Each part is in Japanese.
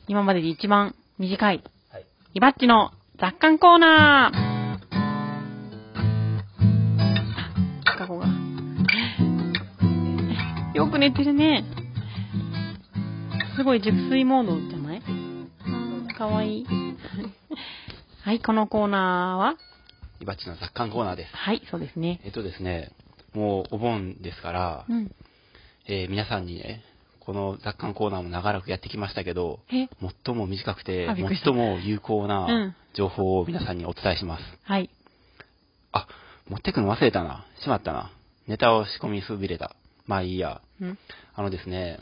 今までで一番短い、 はい。 イバッチの雑感コーナー。カゴが。よく寝てるね。すごい熟睡モードじゃない？かわいい。はい、このコーナーはイバッチの雑感コーナーです。 はい、そうですね。 ですね、もうお盆ですから、皆さんにね、この雑感コーナーも長らくやってきましたけど、最も短くて、最も有効な情報を皆さんにお伝えします。 はい。 あ、持ってくの忘れたな。しまったな。ネタを仕込みそびれた。まあいいや。ですね、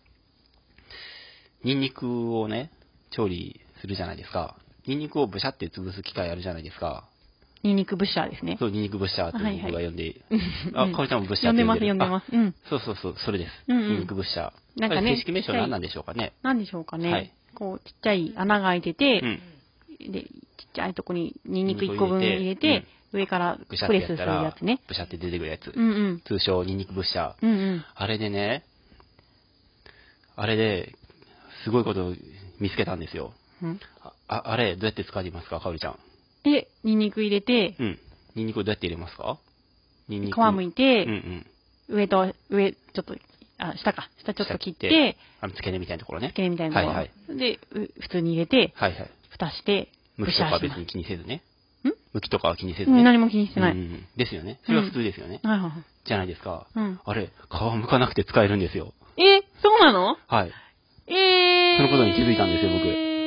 ニンニクをね、調理するじゃないですか。ニンニクをブシャって潰す機械あるじゃないですか。 ニンニクブッシャーですね。 そう、ニンニクブッシャーって僕が呼んで、かおりちゃんもブッシャーって呼んでます、呼んでます。 そう、それです。ニンニクブッシャー。なんかね、正式名称何なんでしょうかね。 何でしょうかね。はい。こう、ちっちゃい穴が開いてて、で、ちっちゃいとこにニンニク1個分入れて、上からプレスするやつね。 ブシャって出てくるやつ。通称ニンニクブッシャー。 あれでね、すごいことを見つけたんですよ。あれ、どうやって使いますか、かおりちゃん。 ニンニク入れて、 ニンニクをどうやって入れますか？ 皮むいて、上、ちょっと、下ちょっと切って、 付け根みたいなところね。 付け根みたいなところ。で、普通に入れて、蓋して、 向きとかは別に気にせずね。向きとかは気にせずね。 何も気にしてない。 ですよね。それは普通ですよね。じゃないですか。あれ、皮剥かなくて使えるんですよ。 そうなの？ はい。そのことに気づいたんですよ、僕。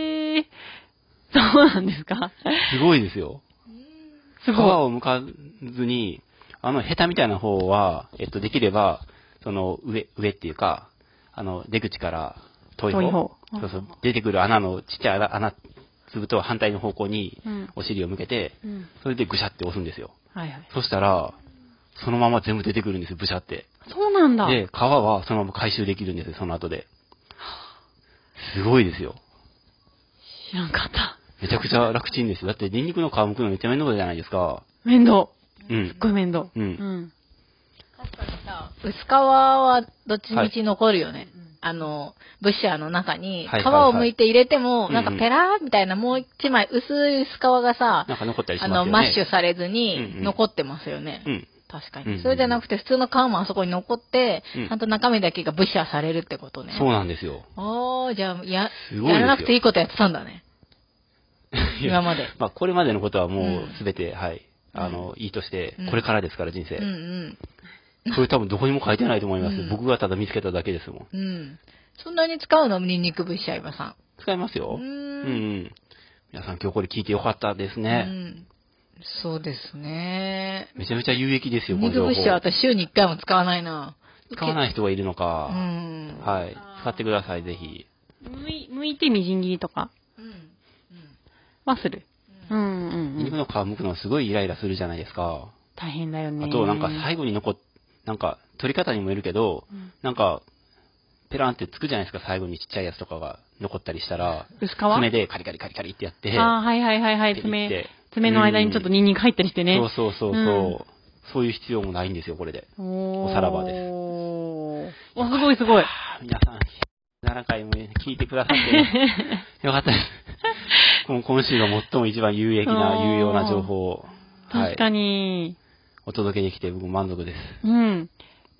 そうなんですか？ すごいですよ。皮を剥かずに、ヘタみたいな方は、できれば、その上っていうか、出口から遠い方。そう、出てくる穴の、ちっちゃい穴粒と反対の方向に、お尻を向けて、それでぐしゃって押すんですよ。そしたら、そのまま全部出てくるんですよ、ブシャって。 そうなんだ。 で、皮はそのまま回収できるんですよ、その後で。すごいですよ。 知らんかった。 めちゃくちゃ楽ちんですよ。だって、ニンニクの皮剥くのめっちゃ面倒じゃないですか。 面倒。すっごい面倒。 確かにさ、薄皮はどっちみち残るよね。ブッシャーの中に、皮を剥いて入れても、なんかペラーみたいなもう一枚薄い薄皮がさ、 なんか残ったりしますよね。 マッシュされずに残ってますよね。確かに。それじゃなくて、普通の皮もあそこに残って、ちゃんと中身だけがブッシャーされるってことね。 そうなんですよ。 じゃあ、やらなくていいことやってたんだね。今まで。 まあ、これまでのことはもうすべて、はい。いいとして、これからですから、人生。それ多分どこにも書いてないと思います。僕がただ見つけただけですもん。 そんなに使うの？ニンニクブッシャー、今さん。 使いますよ。皆さん今日これ聞いてよかったですね。 そうですね。 めちゃめちゃ有益ですよ、 ニンニクブッシャー私週に1回も使わないな。 使わない人がいるのか。はい。使ってください、ぜひ。 剥いてみじん切りとかはする。 ニンニクの皮剥くのすごいイライラするじゃないですか。 大変だよね。 あと、なんか最後になんか、取り方にもよるけど、なんか、ペランってつくじゃないですか、最後にちっちゃいやつとかが残ったりしたら、爪でカリカリカリカリってやって、 爪の間にちょっとニンニク入ったりしてね。 そう。そういう必要もないんですよ、これで。おさらばです。 すごい。 皆さん、7回も聞いてくださってよかったです。今週が最も一番有益な、有用な情報を。 確かに。 お届けできて僕満足です。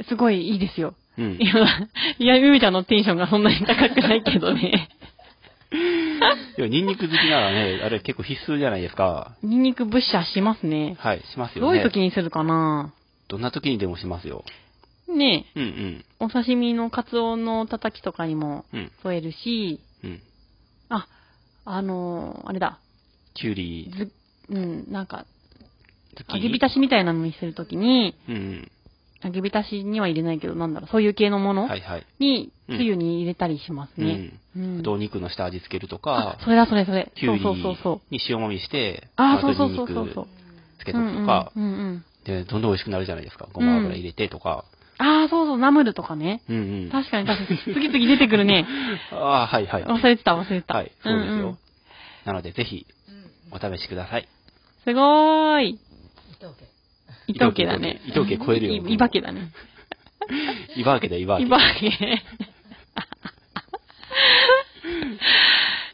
すごいいいですよ。いや、ゆめちゃんのテンションがそんなに高くないけどね。 ニンニク好きならね、あれ結構必須じゃないですか。 ニンニクブッシャーしますね。 はい、しますよね。 どういう時にするかな？ どんな時にでもしますよ。 ねえ。お刺身のカツオのたたきとかにも添えるし、あれだ。 きゅうり。 なんか、揚げ浸しみたいなのにするときに、揚げ浸しには入れないけど、そういう系のものに、つゆに入れたりしますね。 あと、お肉の下味つけるとか、 それ。 きゅうりに塩もみして、 そう。 ニンニクつけとくとか、で、どんどん美味しくなるじゃないですか。ごま油入れてとか。 そう、ナムルとかね。確かに。次々出てくるね。 はい。 忘れてた。はい、 そうですよ。なので、ぜひ、お試しください。 すごーい。伊藤家だね。 伊藤家超えるよ。 伊庭家だね。 伊庭家だ、伊庭家。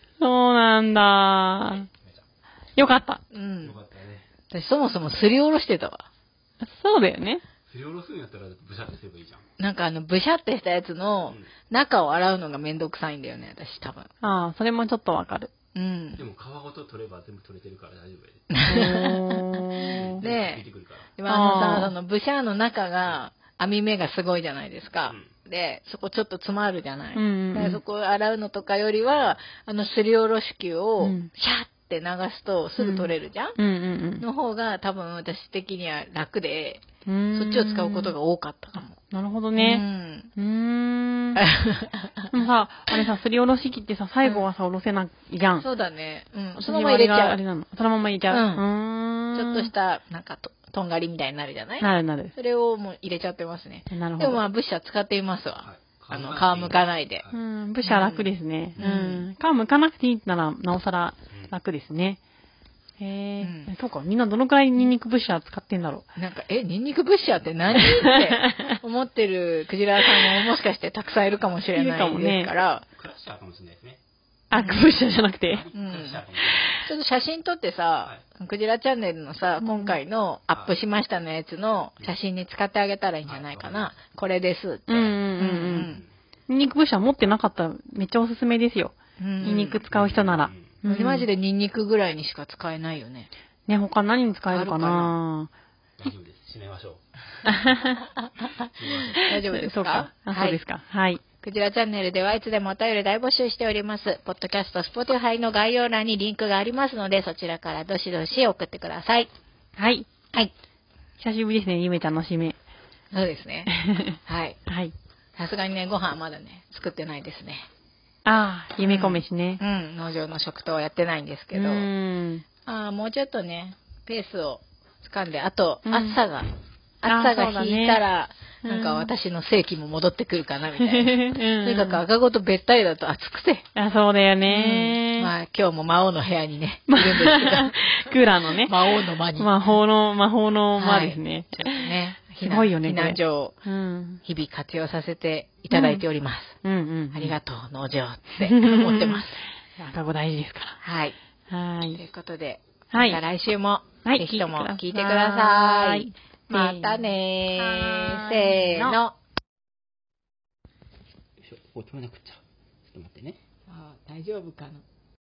なんだ。よかった。 うん。よかったね。私そもそもすりおろしてたわ。 そうだよね。 すりおろすんやったらブシャってすればいいじゃん。 なんかブシャってしたやつの中を洗うのがめんどくさいんだよね、私多分。 ああ、それもちょっとわかる。 うん。 でも皮ごと取れば全部取れてるから大丈夫やで。 で、今ブシャの中が網目がすごいじゃないですか。で、そこちょっと詰まるじゃない。で、そこを洗うのとかよりは、すりおろし器をシャッって流すとすぐ取れるじゃん。の方が多分私的には楽で、そっちを使うことが多かったかも。 なるほどね。でもさ、あれさ、すりおろし器ってさ、最後はさ、おろせないじゃん。 そうだね。そのまま入れちゃう。 あれなの。そのまま入れちゃう。 ちょっとした、なんかとんがりみたいになるじゃない？ なる。 それをもう入れちゃってますね。 なるほど。 でもブッシャー使っていますわ。皮むかないで。 ブッシャー楽ですね。皮むかなくていいなら、なおさら楽ですね。そうか、みんなどのくらいニンニクブッシャー使ってんだろう。なんか、ニンニクブッシャーって何って思ってるクジラさんももしかしてたくさんいるかもしれないですから。 クラッシャーかもしれないですね。 あ、ブッシャーじゃなくて。 ちょっと写真撮ってさ、クジラチャンネルのさ、今回のアップしましたのやつの写真に使ってあげたらいいんじゃないかな。これですって。 ニンニクブッシャー持ってなかったらめっちゃおすすめですよ。ニンニク使う人なら。 マジでニンニクぐらいにしか使えないよね。 ね、他何に使えるかな？ 大丈夫です。閉めましょう。 大丈夫ですか？ そうですか。はい。 クジラチャンネルではいつでもお便り大募集しております。ポッドキャスト、スポティファイの概要欄にリンクがありますので、そちらからどしどし送ってください。 はい。 はい。 久しぶりですね、ゆめちゃんの締め。 そうですね。はい。 はい。 さすがにね、ご飯まだね、作ってないですね。 ああ、夢込めしね。 農場の食堂はやってないんですけど。もうちょっとね、ペースを掴んで、あと、暑さが引いたら、なんか私の正気も戻ってくるかな、みたいな。とにかく赤子とべったりだと暑くて。 そうだよね。 まあ今日も魔王の部屋にね、いるんですけど。 クーラーのね。 魔王の間に。 魔法の間ですね。 ちょっとね。 すごいよね。 避難所を日々活用させていただいております。ありがとう、農場って思ってます。 赤子大事ですから。 はい。 はい。 ということで、また来週も、ぜひとも聞いてください。またねー。せーの。 ここ止めなくっちゃ。ちょっと待ってね。 大丈夫かな。